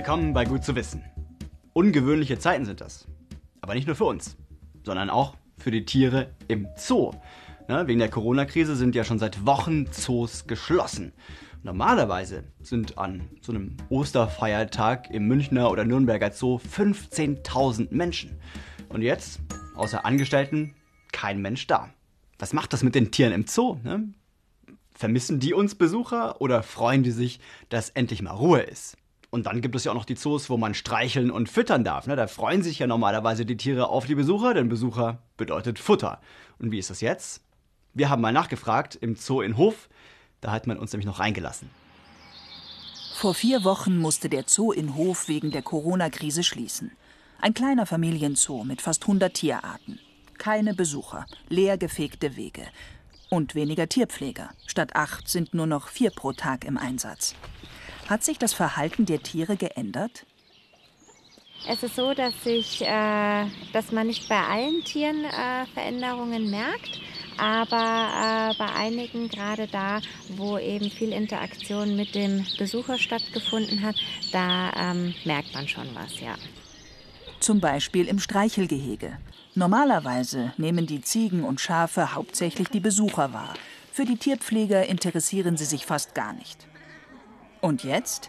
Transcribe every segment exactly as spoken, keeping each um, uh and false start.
Willkommen bei Gut zu wissen. Ungewöhnliche Zeiten sind das. Aber nicht nur für uns, sondern auch für die Tiere im Zoo. Ja, wegen der Corona-Krise sind ja schon seit Wochen Zoos geschlossen. Normalerweise sind an so einem Osterfeiertag im Münchner oder Nürnberger Zoo fünfzehntausend Menschen. Und jetzt, außer Angestellten, kein Mensch da. Was macht das mit den Tieren im Zoo? Ne? Vermissen die uns Besucher oder freuen die sich, dass endlich mal Ruhe ist? Und dann gibt es ja auch noch die Zoos, wo man streicheln und füttern darf. Ne? Da freuen sich ja normalerweise die Tiere auf die Besucher, denn Besucher bedeutet Futter. Und wie ist das jetzt? Wir haben mal nachgefragt im Zoo in Hof. Da hat man uns nämlich noch reingelassen. Vor vier Wochen musste der Zoo in Hof wegen der Corona-Krise schließen. Ein kleiner Familienzoo mit fast hundert Tierarten. Keine Besucher, leer gefegte Wege. Und weniger Tierpfleger. Statt acht sind nur noch vier pro Tag im Einsatz. Hat sich das Verhalten der Tiere geändert? Es ist so, dass, sich, äh, dass man nicht bei allen Tieren äh, Veränderungen merkt, aber äh, bei einigen, gerade da, wo eben viel Interaktion mit dem Besucher stattgefunden hat, da ähm, merkt man schon was, ja. Zum Beispiel im Streichelgehege. Normalerweise nehmen die Ziegen und Schafe hauptsächlich die Besucher wahr. Für die Tierpfleger interessieren sie sich fast gar nicht. Und jetzt?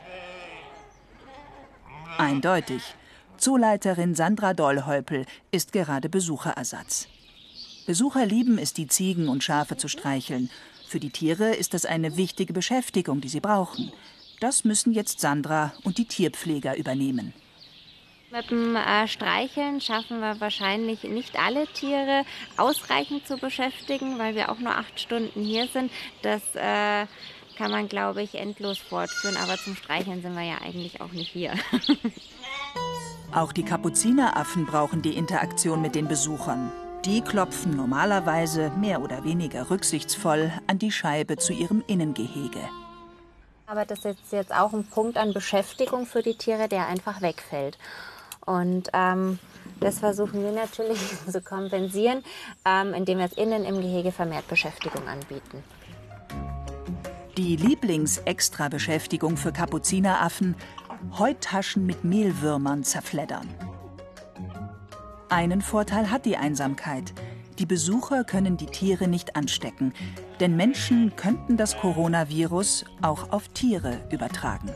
Eindeutig. Zooleiterin Sandra Dollhäupl ist gerade Besucherersatz. Besucher lieben es, die Ziegen und Schafe zu streicheln. Für die Tiere ist das eine wichtige Beschäftigung, die sie brauchen. Das müssen jetzt Sandra und die Tierpfleger übernehmen. Mit dem äh, Streicheln schaffen wir wahrscheinlich nicht alle Tiere ausreichend zu beschäftigen, weil wir auch nur acht Stunden hier sind. Das äh, kann man, glaube ich, endlos fortführen. Aber zum Streicheln sind wir ja eigentlich auch nicht hier. Auch die Kapuzineraffen brauchen die Interaktion mit den Besuchern. Die klopfen normalerweise mehr oder weniger rücksichtsvoll an die Scheibe zu ihrem Innengehege. Aber das ist jetzt auch ein Punkt an Beschäftigung für die Tiere, der einfach wegfällt. Und ähm, das versuchen wir natürlich zu kompensieren, ähm, indem wir innen im Gehege vermehrt Beschäftigung anbieten. Die Lieblingsextra-Beschäftigung für Kapuzineraffen: Heutaschen mit Mehlwürmern zerfleddern. Einen Vorteil hat die Einsamkeit. Die Besucher können die Tiere nicht anstecken, denn Menschen könnten das Coronavirus auch auf Tiere übertragen.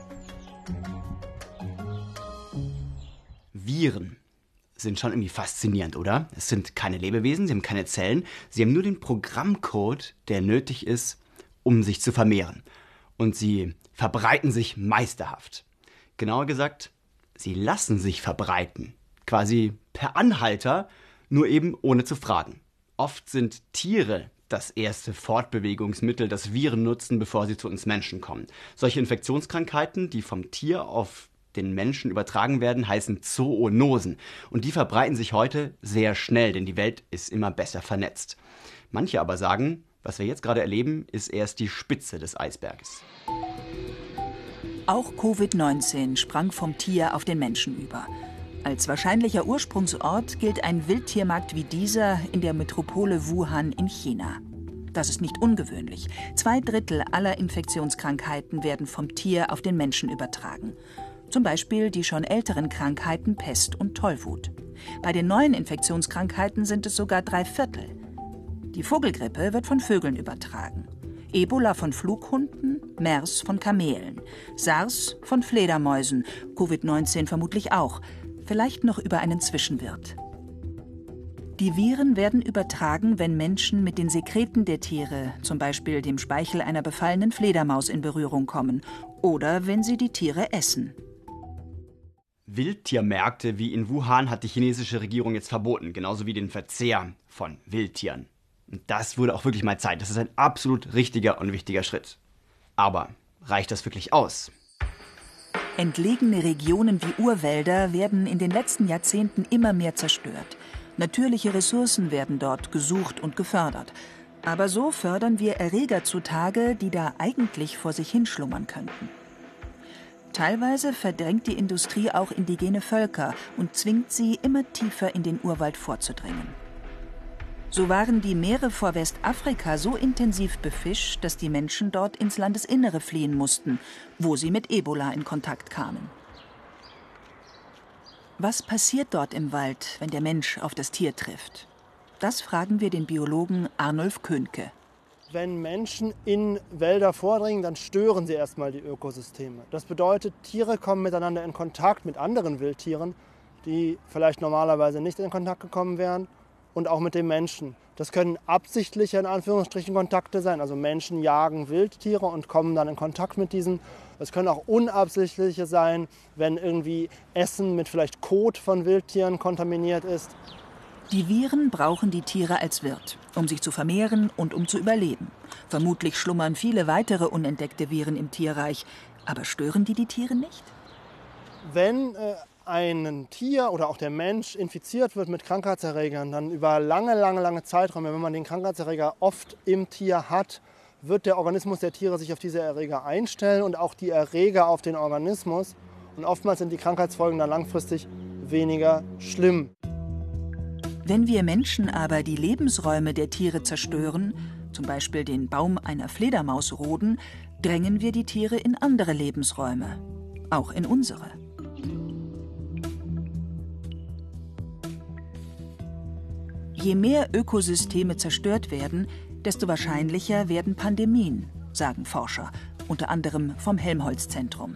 Viren sind schon irgendwie faszinierend, oder? Es sind keine Lebewesen, sie haben keine Zellen, sie haben nur den Programmcode, der nötig ist, um sich zu vermehren. Und sie verbreiten sich meisterhaft. Genauer gesagt, sie lassen sich verbreiten. Quasi per Anhalter, nur eben ohne zu fragen. Oft sind Tiere das erste Fortbewegungsmittel, das Viren nutzen, bevor sie zu uns Menschen kommen. Solche Infektionskrankheiten, die vom Tier auf den Menschen übertragen werden, heißen Zoonosen. Und die verbreiten sich heute sehr schnell, denn die Welt ist immer besser vernetzt. Manche aber sagen, was wir jetzt gerade erleben, ist erst die Spitze des Eisberges. Auch Covid neunzehn sprang vom Tier auf den Menschen über. Als wahrscheinlicher Ursprungsort gilt ein Wildtiermarkt wie dieser in der Metropole Wuhan in China. Das ist nicht ungewöhnlich. Zwei Drittel aller Infektionskrankheiten werden vom Tier auf den Menschen übertragen. Zum Beispiel die schon älteren Krankheiten Pest und Tollwut. Bei den neuen Infektionskrankheiten sind es sogar drei Viertel. Die Vogelgrippe wird von Vögeln übertragen. Ebola von Flughunden, MERS von Kamelen, SARS von Fledermäusen, Covid neunzehn vermutlich auch, vielleicht noch über einen Zwischenwirt. Die Viren werden übertragen, wenn Menschen mit den Sekreten der Tiere, zum Beispiel dem Speichel einer befallenen Fledermaus, in Berührung kommen oder wenn sie die Tiere essen. Wildtiermärkte wie in Wuhan hat die chinesische Regierung jetzt verboten, genauso wie den Verzehr von Wildtieren. Und das wurde auch wirklich mal Zeit. Das ist ein absolut richtiger und wichtiger Schritt. Aber reicht das wirklich aus? Entlegene Regionen wie Urwälder werden in den letzten Jahrzehnten immer mehr zerstört. Natürliche Ressourcen werden dort gesucht und gefördert. Aber so fördern wir Erreger zutage, die da eigentlich vor sich hinschlummern könnten. Teilweise verdrängt die Industrie auch indigene Völker und zwingt sie, immer tiefer in den Urwald vorzudringen. So waren die Meere vor Westafrika so intensiv befischt, dass die Menschen dort ins Landesinnere fliehen mussten, wo sie mit Ebola in Kontakt kamen. Was passiert dort im Wald, wenn der Mensch auf das Tier trifft? Das fragen wir den Biologen Arnulf Köhnke. Wenn Menschen in Wälder vordringen, dann stören sie erstmal die Ökosysteme. Das bedeutet, Tiere kommen miteinander in Kontakt mit anderen Wildtieren, die vielleicht normalerweise nicht in Kontakt gekommen wären, und auch mit dem Menschen. Das können absichtliche, in Anführungsstrichen, Kontakte sein. Also Menschen jagen Wildtiere und kommen dann in Kontakt mit diesen. Es können auch unabsichtliche sein, wenn irgendwie Essen mit vielleicht Kot von Wildtieren kontaminiert ist. Die Viren brauchen die Tiere als Wirt, um sich zu vermehren und um zu überleben. Vermutlich schlummern viele weitere unentdeckte Viren im Tierreich. Aber stören die die Tiere nicht? Wenn äh, ein Tier oder auch der Mensch infiziert wird mit Krankheitserregern, dann über lange, lange, lange Zeiträume, wenn man den Krankheitserreger oft im Tier hat, wird der Organismus der Tiere sich auf diese Erreger einstellen und auch die Erreger auf den Organismus. Und oftmals sind die Krankheitsfolgen dann langfristig weniger schlimm. Wenn wir Menschen aber die Lebensräume der Tiere zerstören, zum Beispiel den Baum einer Fledermaus roden, drängen wir die Tiere in andere Lebensräume, auch in unsere. Je mehr Ökosysteme zerstört werden, desto wahrscheinlicher werden Pandemien, sagen Forscher, unter anderem vom Helmholtz-Zentrum.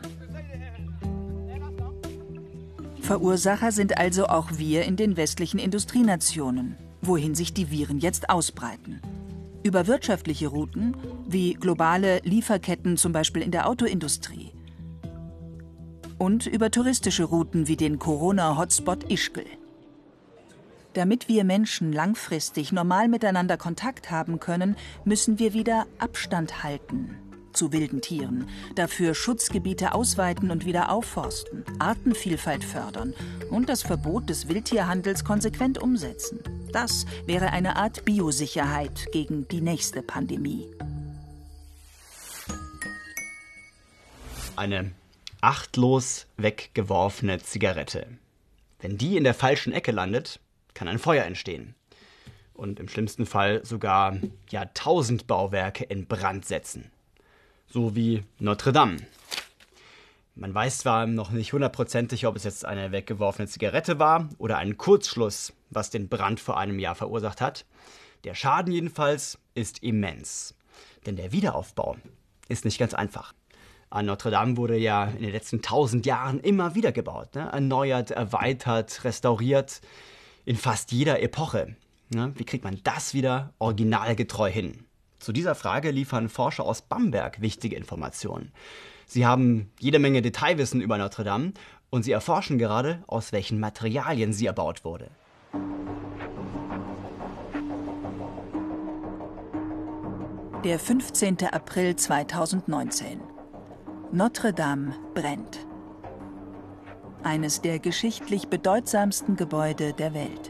Verursacher sind also auch wir in den westlichen Industrienationen, wohin sich die Viren jetzt ausbreiten. Über wirtschaftliche Routen, wie globale Lieferketten zum Beispiel in der Autoindustrie. Und über touristische Routen wie den Corona-Hotspot Ischgl. Damit wir Menschen langfristig normal miteinander Kontakt haben können, müssen wir wieder Abstand halten zu wilden Tieren, dafür Schutzgebiete ausweiten und wieder aufforsten, Artenvielfalt fördern und das Verbot des Wildtierhandels konsequent umsetzen. Das wäre eine Art Biosicherheit gegen die nächste Pandemie. Eine achtlos weggeworfene Zigarette. Wenn die in der falschen Ecke landet, kann ein Feuer entstehen. Und im schlimmsten Fall sogar Jahrtausendbauwerke in Brand setzen. So wie Notre Dame. Man weiß zwar noch nicht hundertprozentig, ob es jetzt eine weggeworfene Zigarette war oder ein Kurzschluss, was den Brand vor einem Jahr verursacht hat. Der Schaden jedenfalls ist immens. Denn der Wiederaufbau ist nicht ganz einfach. An Notre Dame wurde ja in den letzten tausend Jahren immer wieder gebaut, ne? Erneuert, erweitert, restauriert, in fast jeder Epoche. Ne? Wie kriegt man das wieder originalgetreu hin? Zu dieser Frage liefern Forscher aus Bamberg wichtige Informationen. Sie haben jede Menge Detailwissen über Notre Dame und sie erforschen gerade, aus welchen Materialien sie erbaut wurde. Der fünfzehnte April zweitausendneunzehn. Notre Dame brennt. Eines der geschichtlich bedeutsamsten Gebäude der Welt.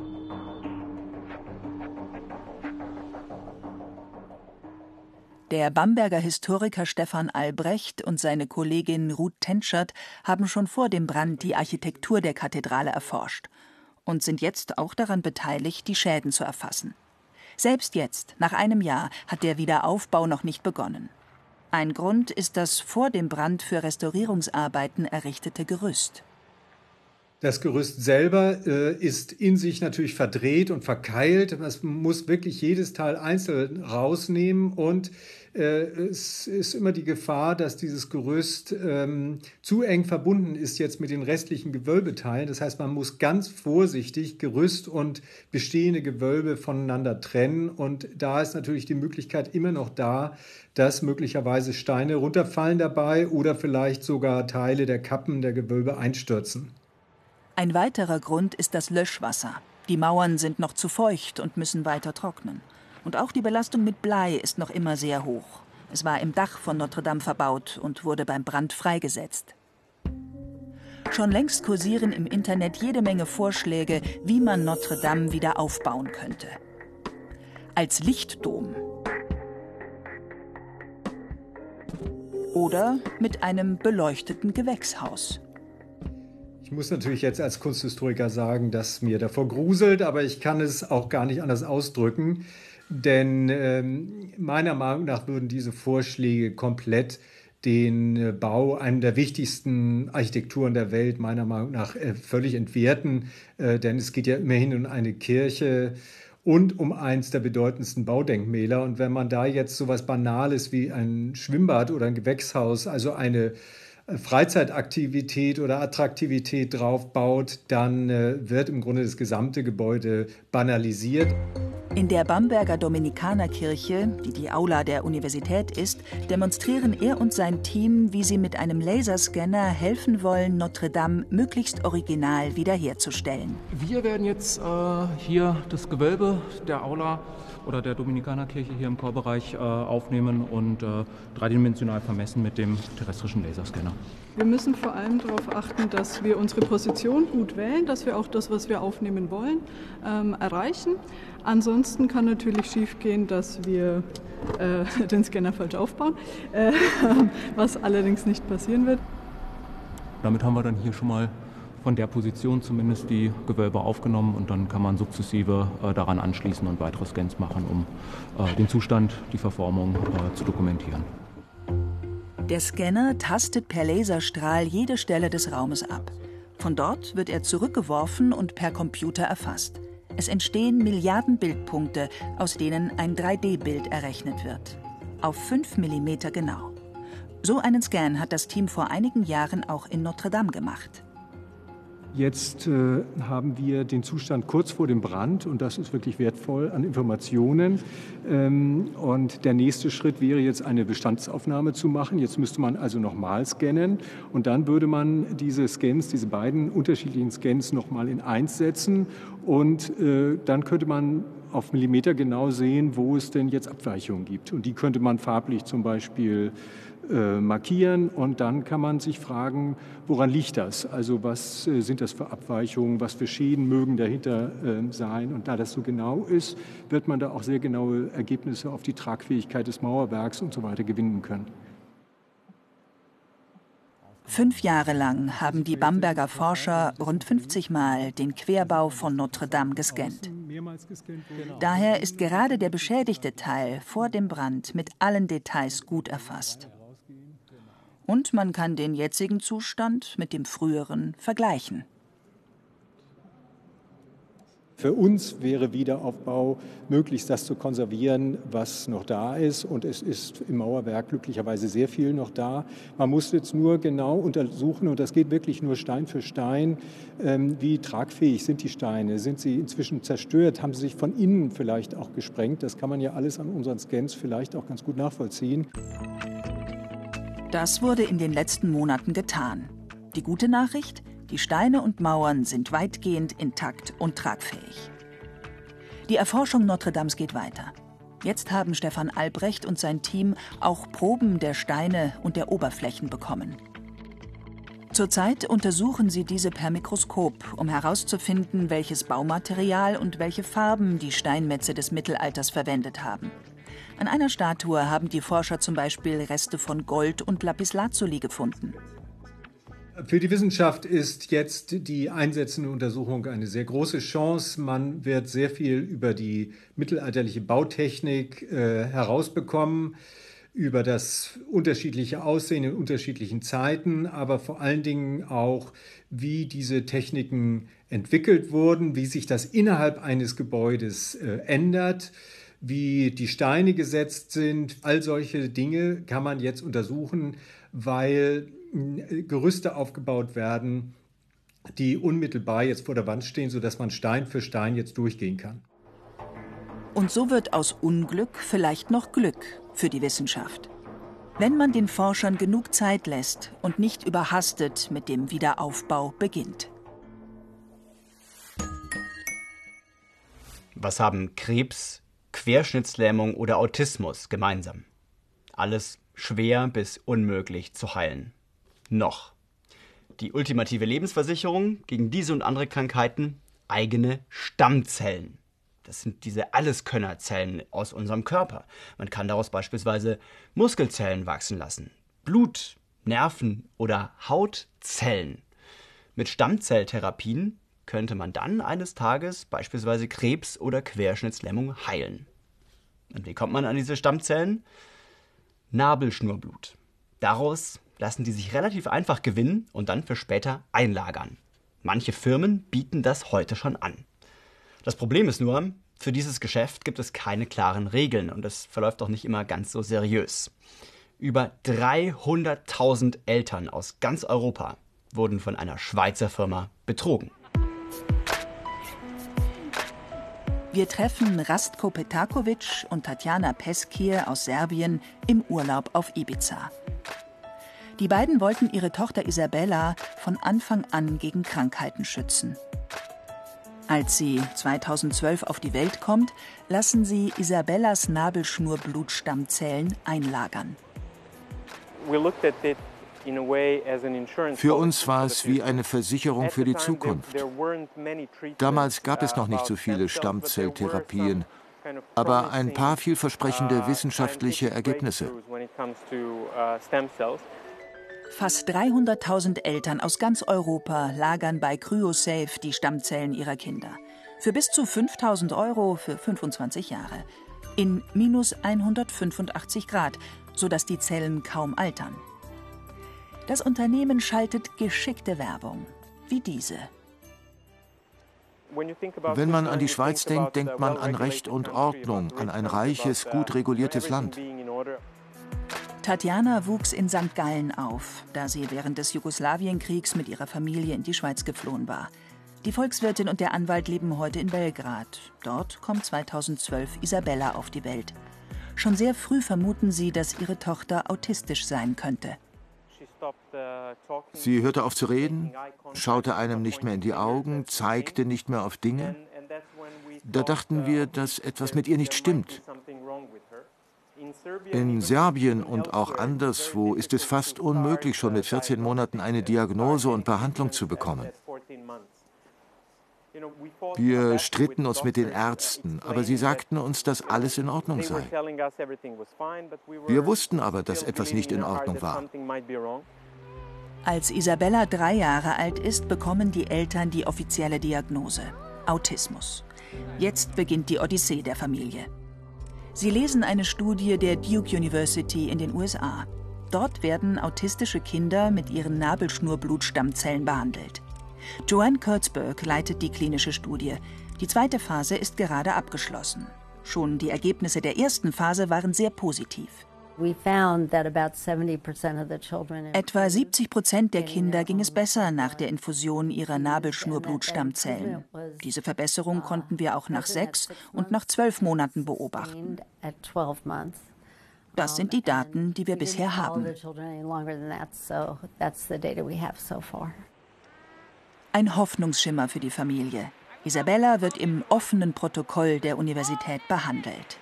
Der Bamberger Historiker Stefan Albrecht und seine Kollegin Ruth Tentschert haben schon vor dem Brand die Architektur der Kathedrale erforscht und sind jetzt auch daran beteiligt, die Schäden zu erfassen. Selbst jetzt, nach einem Jahr, hat der Wiederaufbau noch nicht begonnen. Ein Grund ist das vor dem Brand für Restaurierungsarbeiten errichtete Gerüst. Das Gerüst selber äh, ist in sich natürlich verdreht und verkeilt. Man muss wirklich jedes Teil einzeln rausnehmen und äh, es ist immer die Gefahr, dass dieses Gerüst ähm, zu eng verbunden ist jetzt mit den restlichen Gewölbeteilen. Das heißt, man muss ganz vorsichtig Gerüst und bestehende Gewölbe voneinander trennen. Und da ist natürlich die Möglichkeit immer noch da, dass möglicherweise Steine runterfallen dabei oder vielleicht sogar Teile der Kappen der Gewölbe einstürzen. Ein weiterer Grund ist das Löschwasser. Die Mauern sind noch zu feucht und müssen weiter trocknen. Und auch die Belastung mit Blei ist noch immer sehr hoch. Es war im Dach von Notre Dame verbaut und wurde beim Brand freigesetzt. Schon längst kursieren im Internet jede Menge Vorschläge, wie man Notre Dame wieder aufbauen könnte. Als Lichtdom. Oder mit einem beleuchteten Gewächshaus. Ich muss natürlich jetzt als Kunsthistoriker sagen, dass mir davor gruselt, aber ich kann es auch gar nicht anders ausdrücken, denn ähm, meiner Meinung nach würden diese Vorschläge komplett den Bau einer der wichtigsten Architekturen der Welt meiner Meinung nach völlig entwerten, denn es geht ja immerhin um eine Kirche und um eins der bedeutendsten Baudenkmäler. Und wenn man da jetzt so was Banales wie ein Schwimmbad oder ein Gewächshaus, also eine Freizeitaktivität oder Attraktivität drauf baut, dann wird im Grunde das gesamte Gebäude banalisiert. In der Bamberger Dominikanerkirche, die die Aula der Universität ist, demonstrieren er und sein Team, wie sie mit einem Laserscanner helfen wollen, Notre Dame möglichst original wiederherzustellen. Wir werden jetzt äh, hier das Gewölbe der Aula oder der Dominikanerkirche hier im Chorbereich äh, aufnehmen und äh, dreidimensional vermessen mit dem terrestrischen Laserscanner. Wir müssen vor allem darauf achten, dass wir unsere Position gut wählen, dass wir auch das, was wir aufnehmen wollen, ähm, erreichen. Ansonsten kann natürlich schiefgehen, dass wir äh, den Scanner falsch aufbauen, äh, was allerdings nicht passieren wird. Damit haben wir dann hier schon mal von der Position zumindest die Gewölbe aufgenommen und dann kann man sukzessive äh, daran anschließen und weitere Scans machen, um äh, den Zustand, die Verformung äh, zu dokumentieren. Der Scanner tastet per Laserstrahl jede Stelle des Raumes ab. Von dort wird er zurückgeworfen und per Computer erfasst. Es entstehen Milliarden Bildpunkte, aus denen ein drei D Bild errechnet wird. Auf fünf Millimeter genau. So einen Scan hat das Team vor einigen Jahren auch in Notre Dame gemacht. Jetzt äh, haben wir den Zustand kurz vor dem Brand und das ist wirklich wertvoll an Informationen. Ähm, und der nächste Schritt wäre jetzt eine Bestandsaufnahme zu machen. Jetzt müsste man also nochmal scannen und dann würde man diese Scans, diese beiden unterschiedlichen Scans nochmal in eins setzen und äh, dann könnte man auf Millimeter genau sehen, wo es denn jetzt Abweichungen gibt. Und die könnte man farblich zum Beispiel äh, markieren und dann kann man sich fragen, woran liegt das? Also was äh, sind das für Abweichungen, was für Schäden mögen dahinter äh, sein? Und da das so genau ist, wird man da auch sehr genaue Ergebnisse auf die Tragfähigkeit des Mauerwerks und so weiter gewinnen können. Fünf Jahre lang haben die Bamberger Forscher rund fünfzig Mal den Querbau von Notre Dame gescannt. Daher ist gerade der beschädigte Teil vor dem Brand mit allen Details gut erfasst. Und man kann den jetzigen Zustand mit dem früheren vergleichen. Für uns wäre Wiederaufbau möglichst das zu konservieren, was noch da ist. Und es ist im Mauerwerk glücklicherweise sehr viel noch da. Man muss jetzt nur genau untersuchen, und das geht wirklich nur Stein für Stein, wie tragfähig sind die Steine. Sind sie inzwischen zerstört? Haben sie sich von innen vielleicht auch gesprengt? Das kann man ja alles an unseren Scans vielleicht auch ganz gut nachvollziehen. Das wurde in den letzten Monaten getan. Die gute Nachricht? Die Steine und Mauern sind weitgehend intakt und tragfähig. Die Erforschung Notre Dames geht weiter. Jetzt haben Stefan Albrecht und sein Team auch Proben der Steine und der Oberflächen bekommen. Zurzeit untersuchen sie diese per Mikroskop, um herauszufinden, welches Baumaterial und welche Farben die Steinmetze des Mittelalters verwendet haben. An einer Statue haben die Forscher zum Beispiel Reste von Gold und Lapislazuli gefunden. Für die Wissenschaft ist jetzt die einsetzende Untersuchung eine sehr große Chance. Man wird sehr viel über die mittelalterliche Bautechnik äh, herausbekommen, über das unterschiedliche Aussehen in unterschiedlichen Zeiten, aber vor allen Dingen auch, wie diese Techniken entwickelt wurden, wie sich das innerhalb eines Gebäudes äh, ändert, wie die Steine gesetzt sind. All solche Dinge kann man jetzt untersuchen, weil Gerüste aufgebaut werden, die unmittelbar jetzt vor der Wand stehen, sodass man Stein für Stein jetzt durchgehen kann. Und so wird aus Unglück vielleicht noch Glück für die Wissenschaft. Wenn man den Forschern genug Zeit lässt und nicht überhastet mit dem Wiederaufbau beginnt. Was haben Krebs, Querschnittslähmung oder Autismus gemeinsam? Alles schwer bis unmöglich zu heilen. Noch. Die ultimative Lebensversicherung gegen diese und andere Krankheiten: eigene Stammzellen. Das sind diese Alleskönnerzellen aus unserem Körper. Man kann daraus beispielsweise Muskelzellen wachsen lassen, Blut, Nerven oder Hautzellen. Mit Stammzelltherapien könnte man dann eines Tages beispielsweise Krebs oder Querschnittslähmung heilen. Und wie kommt man an diese Stammzellen? Nabelschnurblut. Daraus lassen die sich relativ einfach gewinnen und dann für später einlagern. Manche Firmen bieten das heute schon an. Das Problem ist nur, für dieses Geschäft gibt es keine klaren Regeln und es verläuft auch nicht immer ganz so seriös. Über dreihunderttausend Eltern aus ganz Europa wurden von einer Schweizer Firma betrogen. Wir treffen Rastko Petakovic und Tatjana Peskir aus Serbien im Urlaub auf Ibiza. Die beiden wollten ihre Tochter Isabella von Anfang an gegen Krankheiten schützen. Als sie zweitausendzwölf auf die Welt kommt, lassen sie Isabellas Nabelschnurblutstammzellen einlagern. Für uns war es wie eine Versicherung für die Zukunft. Damals gab es noch nicht so viele Stammzelltherapien, aber ein paar vielversprechende wissenschaftliche Ergebnisse. Fast dreihunderttausend Eltern aus ganz Europa lagern bei CryoSafe die Stammzellen ihrer Kinder. Für bis zu fünftausend Euro für fünfundzwanzig Jahre. In minus hundertfünfundachtzig Grad, sodass die Zellen kaum altern. Das Unternehmen schaltet geschickte Werbung, wie diese. Wenn man an die Schweiz denkt, denkt man an Recht und Ordnung, an ein reiches, gut reguliertes Land. Tatjana wuchs in Sankt Gallen auf, da sie während des Jugoslawienkriegs mit ihrer Familie in die Schweiz geflohen war. Die Volkswirtin und der Anwalt leben heute in Belgrad. Dort kommt zweitausendzwölf Isabella auf die Welt. Schon sehr früh vermuten sie, dass ihre Tochter autistisch sein könnte. Sie hörte auf zu reden, schaute einem nicht mehr in die Augen, zeigte nicht mehr auf Dinge. Da dachten wir, dass etwas mit ihr nicht stimmt. In Serbien und auch anderswo ist es fast unmöglich, schon mit vierzehn Monaten eine Diagnose und Behandlung zu bekommen. Wir stritten uns mit den Ärzten, aber sie sagten uns, dass alles in Ordnung sei. Wir wussten aber, dass etwas nicht in Ordnung war. Als Isabella drei Jahre alt ist, bekommen die Eltern die offizielle Diagnose: Autismus. Jetzt beginnt die Odyssee der Familie. Sie lesen eine Studie der Duke University in den U S A. Dort werden autistische Kinder mit ihren Nabelschnurblutstammzellen behandelt. Joanne Kurtzberg leitet die klinische Studie. Die zweite Phase ist gerade abgeschlossen. Schon die Ergebnisse der ersten Phase waren sehr positiv. Etwa siebzig Prozent der Kinder ging es besser nach der Infusion ihrer Nabelschnurblutstammzellen. Diese Verbesserung konnten wir auch nach sechs und nach zwölf Monaten beobachten. Das sind die Daten, die wir bisher haben. Ein Hoffnungsschimmer für die Familie. Isabella wird im offenen Protokoll der Universität behandelt.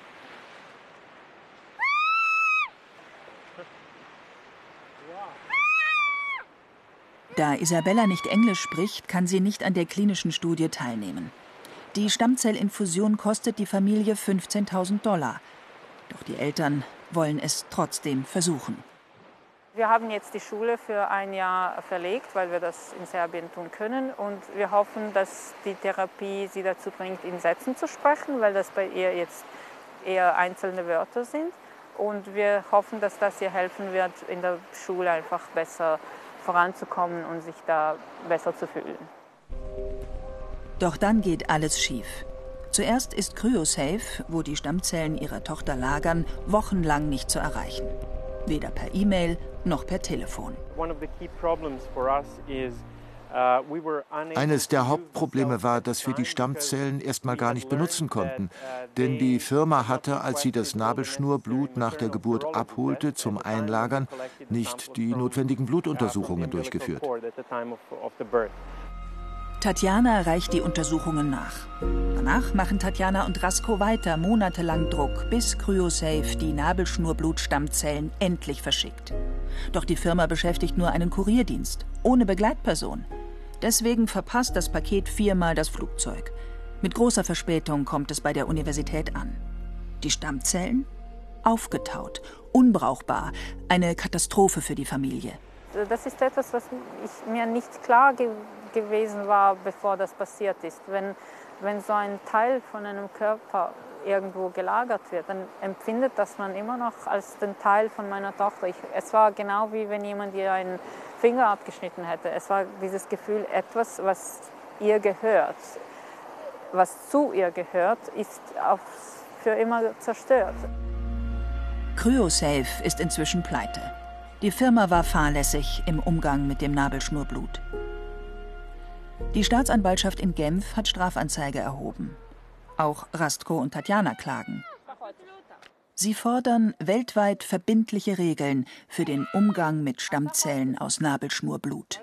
Da Isabella nicht Englisch spricht, kann sie nicht an der klinischen Studie teilnehmen. Die Stammzellinfusion kostet die Familie fünfzehntausend Dollar. Doch die Eltern wollen es trotzdem versuchen. Wir haben jetzt die Schule für ein Jahr verlegt, weil wir das in Serbien tun können. Und wir hoffen, dass die Therapie sie dazu bringt, in Sätzen zu sprechen, weil das bei ihr jetzt eher einzelne Wörter sind. Und wir hoffen, dass das ihr helfen wird, in der Schule einfach besser voranzukommen und sich da besser zu fühlen. Doch dann geht alles schief. Zuerst ist CryoSafe, wo die Stammzellen ihrer Tochter lagern, wochenlang nicht zu erreichen. Weder per E-Mail noch per Telefon. Eines der Hauptprobleme war, dass wir die Stammzellen erstmal gar nicht benutzen konnten. Denn die Firma hatte, als sie das Nabelschnurblut nach der Geburt abholte zum Einlagern, nicht die notwendigen Blutuntersuchungen durchgeführt. Tatjana reicht die Untersuchungen nach. Danach machen Tatjana und Rastko weiter monatelang Druck, bis CryoSafe die Nabelschnurblutstammzellen endlich verschickt. Doch die Firma beschäftigt nur einen Kurierdienst, ohne Begleitperson. Deswegen verpasst das Paket viermal das Flugzeug. Mit großer Verspätung kommt es bei der Universität an. Die Stammzellen? Aufgetaut, unbrauchbar, eine Katastrophe für die Familie. Das ist etwas, was ich, mir nicht klar ge gewesen war, bevor das passiert ist. Wenn, wenn so ein Teil von einem Körper irgendwo gelagert wird, dann empfindet das man immer noch als den Teil von meiner Tochter. Ich, es war genau wie wenn jemand ihr einen Finger abgeschnitten hätte. Es war dieses Gefühl, etwas, was ihr gehört, was zu ihr gehört, ist auf, für immer zerstört. CryoSafe ist inzwischen pleite. Die Firma war fahrlässig im Umgang mit dem Nabelschnurblut. Die Staatsanwaltschaft in Genf hat Strafanzeige erhoben. Auch Rastko und Tatjana klagen. Sie fordern weltweit verbindliche Regeln für den Umgang mit Stammzellen aus Nabelschnurblut.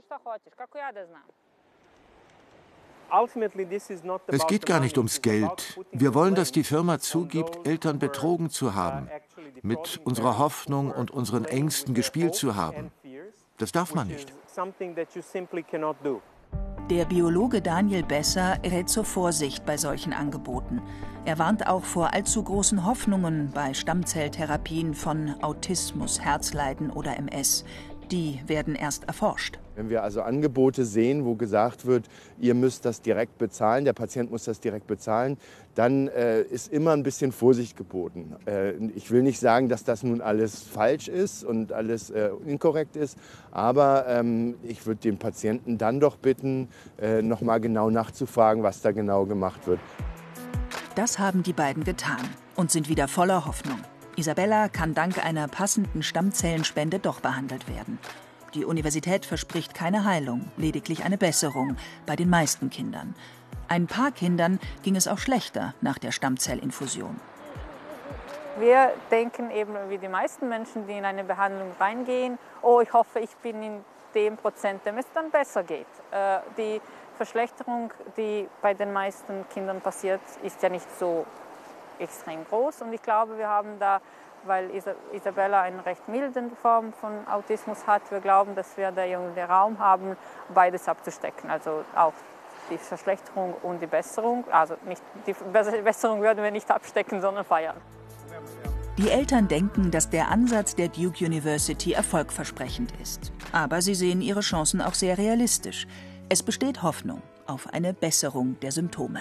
Es geht gar nicht ums Geld. Wir wollen, dass die Firma zugibt, Eltern betrogen zu haben, mit unserer Hoffnung und unseren Ängsten gespielt zu haben. Das darf man nicht. Der Biologe Daniel Besser rät zur Vorsicht bei solchen Angeboten. Er warnt auch vor allzu großen Hoffnungen bei Stammzelltherapien von Autismus, Herzleiden oder M S. Die werden erst erforscht. Wenn wir also Angebote sehen, wo gesagt wird, ihr müsst das direkt bezahlen, der Patient muss das direkt bezahlen, dann äh, ist immer ein bisschen Vorsicht geboten. Äh, ich will nicht sagen, dass das nun alles falsch ist und alles äh, inkorrekt ist, aber ähm, ich würde den Patienten dann doch bitten, äh, noch mal genau nachzufragen, was da genau gemacht wird. Das haben die beiden getan und sind wieder voller Hoffnung. Isabella kann dank einer passenden Stammzellenspende doch behandelt werden. Die Universität verspricht keine Heilung, lediglich eine Besserung bei den meisten Kindern. Ein paar Kindern ging es auch schlechter nach der Stammzellinfusion. Wir denken eben wie die meisten Menschen, die in eine Behandlung reingehen, oh, ich hoffe, ich bin in dem Prozent, dem es dann besser geht. Äh, die Verschlechterung, die bei den meisten Kindern passiert, ist ja nicht so extrem groß. Und ich glaube, wir haben da, weil Isabella eine recht milde Form von Autismus hat, wir glauben, dass wir da irgendwie Raum haben, beides abzustecken. Also auch die Verschlechterung und die Besserung. Also nicht, die Besserung würden wir nicht abstecken, sondern feiern. Die Eltern denken, dass der Ansatz der Duke University erfolgversprechend ist. Aber sie sehen ihre Chancen auch sehr realistisch. Es besteht Hoffnung auf eine Besserung der Symptome.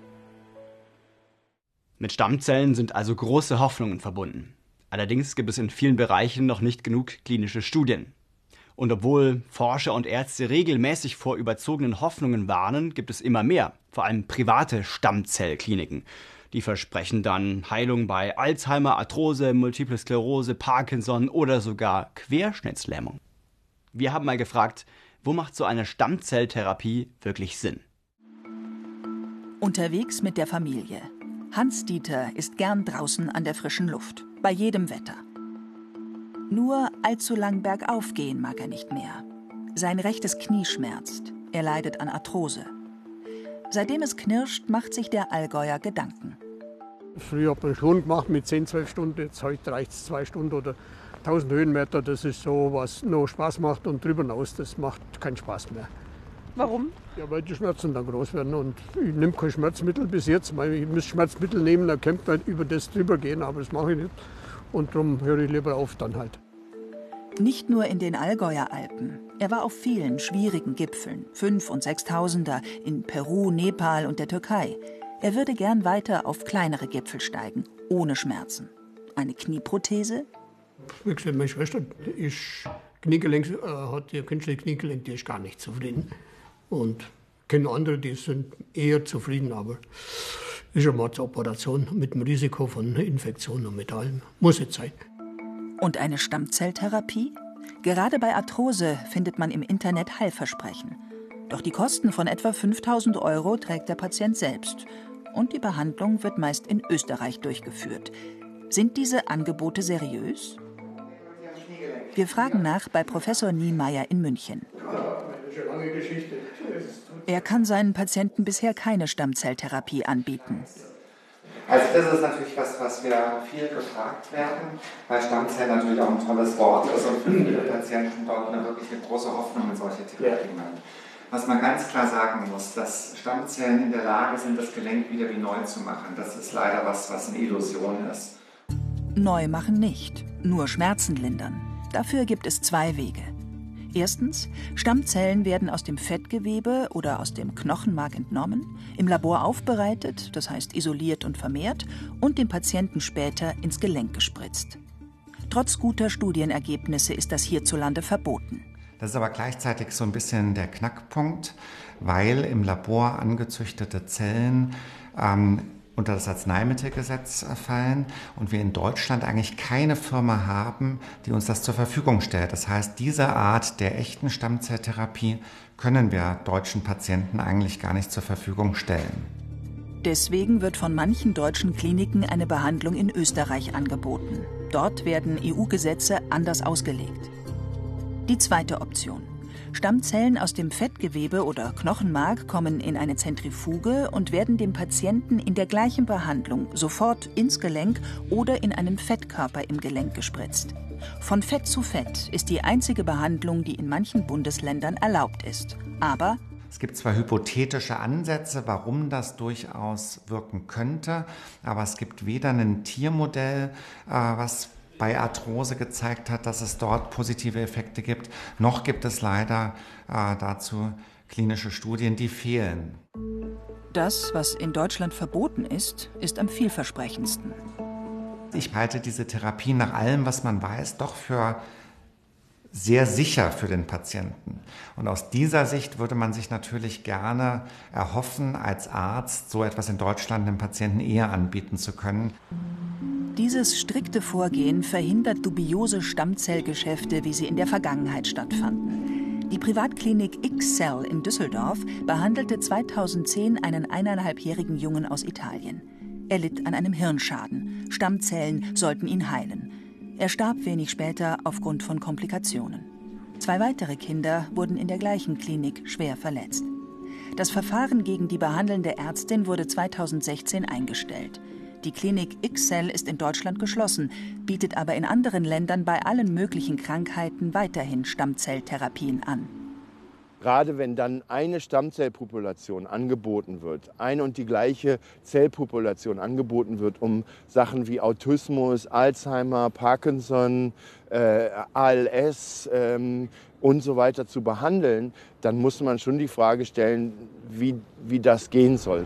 Mit Stammzellen sind also große Hoffnungen verbunden. Allerdings gibt es in vielen Bereichen noch nicht genug klinische Studien. Und obwohl Forscher und Ärzte regelmäßig vor überzogenen Hoffnungen warnen, gibt es immer mehr, vor allem private Stammzellkliniken. Die versprechen dann Heilung bei Alzheimer, Arthrose, Multiple Sklerose, Parkinson oder sogar Querschnittslähmung. Wir haben mal gefragt, wo macht so eine Stammzelltherapie wirklich Sinn? Unterwegs mit der Familie. Hans-Dieter ist gern draußen an der frischen Luft, bei jedem Wetter. Nur allzu lang bergauf gehen mag er nicht mehr. Sein rechtes Knie schmerzt, er leidet an Arthrose. Seitdem es knirscht, macht sich der Allgäuer Gedanken. Früher hat man schon gemacht mit zehn, zwölf Stunden, jetzt heute reicht es zwei Stunden oder tausend Höhenmeter. Das ist so, was noch Spaß macht und drüber hinaus, das macht keinen Spaß mehr. Warum? Ja, weil die Schmerzen dann groß werden und ich nehme kein Schmerzmittel bis jetzt. Ich muss Schmerzmittel nehmen, dann könnte man über das drüber gehen, aber das mache ich nicht. Und darum höre ich lieber auf dann halt. Nicht nur in den Allgäuer Alpen. Er war auf vielen schwierigen Gipfeln, Fünf- und Sechstausender, in Peru, Nepal und der Türkei. Er würde gern weiter auf kleinere Gipfel steigen, ohne Schmerzen. Eine Knieprothese? Wie gesagt, meine Schwester ist Kniegelenk, äh, hat ihr künstliches Kniegelenk, die ist gar nicht zufrieden. Und kenne andere, die sind eher zufrieden, aber ist eine Mordsoperation mit dem Risiko von Infektionen und mit allem. Muss jetzt sein. Und eine Stammzelltherapie? Gerade bei Arthrose findet man im Internet Heilversprechen. Doch die Kosten von etwa fünftausend Euro trägt der Patient selbst. Und die Behandlung wird meist in Österreich durchgeführt. Sind diese Angebote seriös? Wir fragen nach bei Professor Niemeyer in München. Er kann seinen Patienten bisher keine Stammzelltherapie anbieten. Also das ist natürlich was, was wir viel gefragt werden, weil Stammzellen natürlich auch ein tolles Wort ist und für viele Patienten dort eine wirklich eine große Hoffnung in solche Therapien haben. Was man ganz klar sagen muss, dass Stammzellen in der Lage sind, das Gelenk wieder wie neu zu machen. Das ist leider was, was eine Illusion ist. Neu machen nicht, nur Schmerzen lindern. Dafür gibt es zwei Wege. Erstens, Stammzellen werden aus dem Fettgewebe oder aus dem Knochenmark entnommen, im Labor aufbereitet, das heißt isoliert und vermehrt, und dem Patienten später ins Gelenk gespritzt. Trotz guter Studienergebnisse ist das hierzulande verboten. Das ist aber gleichzeitig so ein bisschen der Knackpunkt, weil im Labor angezüchtete Zellen ähm, unter das Arzneimittelgesetz fallen und wir in Deutschland eigentlich keine Firma haben, die uns das zur Verfügung stellt. Das heißt, diese Art der echten Stammzelltherapie können wir deutschen Patienten eigentlich gar nicht zur Verfügung stellen. Deswegen wird von manchen deutschen Kliniken eine Behandlung in Österreich angeboten. Dort werden E U-Gesetze anders ausgelegt. Die zweite Option. Stammzellen aus dem Fettgewebe oder Knochenmark kommen in eine Zentrifuge und werden dem Patienten in der gleichen Behandlung sofort ins Gelenk oder in einen Fettkörper im Gelenk gespritzt. Von Fett zu Fett ist die einzige Behandlung, die in manchen Bundesländern erlaubt ist. Aber es gibt zwar hypothetische Ansätze, warum das durchaus wirken könnte, aber es gibt weder ein Tiermodell, äh, was bei Arthrose gezeigt hat, dass es dort positive Effekte gibt, noch gibt es leider äh, dazu klinische Studien, die fehlen. Das, was in Deutschland verboten ist, ist am vielversprechendsten. Ich halte diese Therapie nach allem, was man weiß, doch für sehr sicher für den Patienten. Und aus dieser Sicht würde man sich natürlich gerne erhoffen, als Arzt so etwas in Deutschland dem Patienten eher anbieten zu können. Dieses strikte Vorgehen verhindert dubiose Stammzellgeschäfte, wie sie in der Vergangenheit stattfanden. Die Privatklinik X-Cell in Düsseldorf behandelte zweitausendzehn einen eineinhalbjährigen Jungen aus Italien. Er litt an einem Hirnschaden. Stammzellen sollten ihn heilen. Er starb wenig später aufgrund von Komplikationen. Zwei weitere Kinder wurden in der gleichen Klinik schwer verletzt. Das Verfahren gegen die behandelnde Ärztin wurde zweitausendsechzehn eingestellt. Die Klinik X-Cell ist in Deutschland geschlossen, bietet aber in anderen Ländern bei allen möglichen Krankheiten weiterhin Stammzelltherapien an. Gerade wenn dann eine Stammzellpopulation angeboten wird, eine und die gleiche Zellpopulation angeboten wird, um Sachen wie Autismus, Alzheimer, Parkinson, äh, A L S ähm, und so weiter zu behandeln, dann muss man schon die Frage stellen, wie, wie das gehen soll.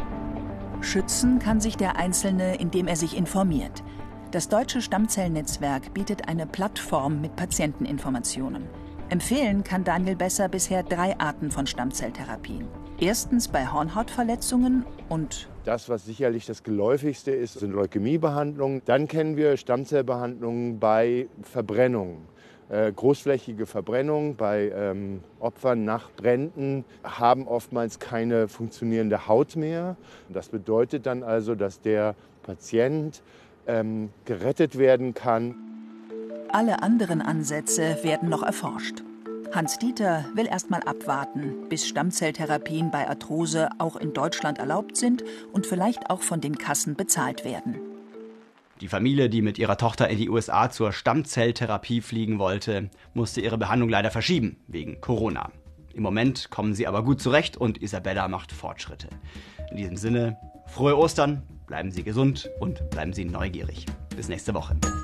Schützen kann sich der Einzelne, indem er sich informiert. Das Deutsche Stammzellnetzwerk bietet eine Plattform mit Patienteninformationen. Empfehlen kann Daniel Besser bisher drei Arten von Stammzelltherapien. Erstens bei Hornhautverletzungen und das, was sicherlich das geläufigste ist, sind Leukämiebehandlungen. Dann kennen wir Stammzellbehandlungen bei Verbrennungen. Äh, großflächige Verbrennung bei ähm, Opfern nach Bränden haben oftmals keine funktionierende Haut mehr. Das bedeutet dann also, dass der Patient ähm, gerettet werden kann. Alle anderen Ansätze werden noch erforscht. Hans-Dieter will erst mal abwarten, bis Stammzelltherapien bei Arthrose auch in Deutschland erlaubt sind und vielleicht auch von den Kassen bezahlt werden. Die Familie, die mit ihrer Tochter in die U S A zur Stammzelltherapie fliegen wollte, musste ihre Behandlung leider verschieben, wegen Corona. Im Moment kommen sie aber gut zurecht und Isabella macht Fortschritte. In diesem Sinne, frohe Ostern, bleiben Sie gesund und bleiben Sie neugierig. Bis nächste Woche.